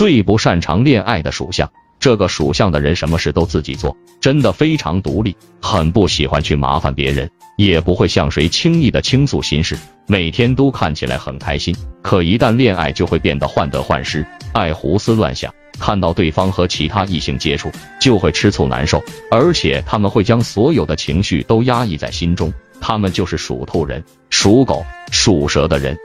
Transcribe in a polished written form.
最不擅长恋爱的属相，这个属相的人什么事都自己做，真的非常独立，很不喜欢去麻烦别人，也不会向谁轻易的倾诉心事，每天都看起来很开心，可一旦恋爱就会变得患得患失，爱胡思乱想，看到对方和其他异性接触就会吃醋难受，而且他们会将所有的情绪都压抑在心中。他们就是属兔人、属狗、属蛇的人。